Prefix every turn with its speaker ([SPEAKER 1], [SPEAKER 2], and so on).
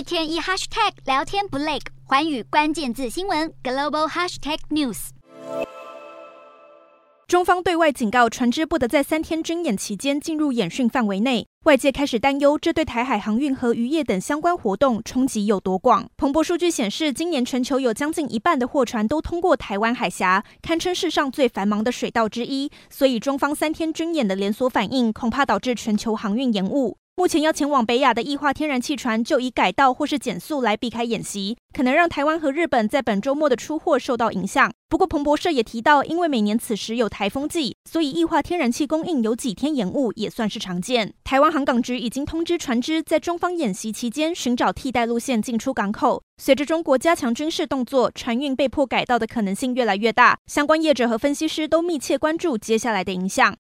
[SPEAKER 1] 天一 hashtag 聊天不累，寰宇关键字新闻 global hashtag news。
[SPEAKER 2] 中方对外警告，船只不得在3天军演期间进入演训范围内。外界开始担忧，这对台海航运和渔业等相关活动冲击有多广。彭博数据显示，今年全球有将近一半的货船都通过台湾海峡，堪称世上最繁忙的水道之一。所以，中方3天军演的连锁反应，恐怕导致全球航运延误。目前要前往北亚的液化天然气船就以改道或是减速来避开演习，可能让台湾和日本在本周末的出货受到影响。不过彭博社也提到，因为每年此时有台风季，所以液化天然气供应有几天延误也算是常见。台湾航港局已经通知船只在中方演习期间寻找替代路线进出港口。随着中国加强军事动作，船运被迫改道的可能性越来越大，相关业者和分析师都密切关注接下来的影响。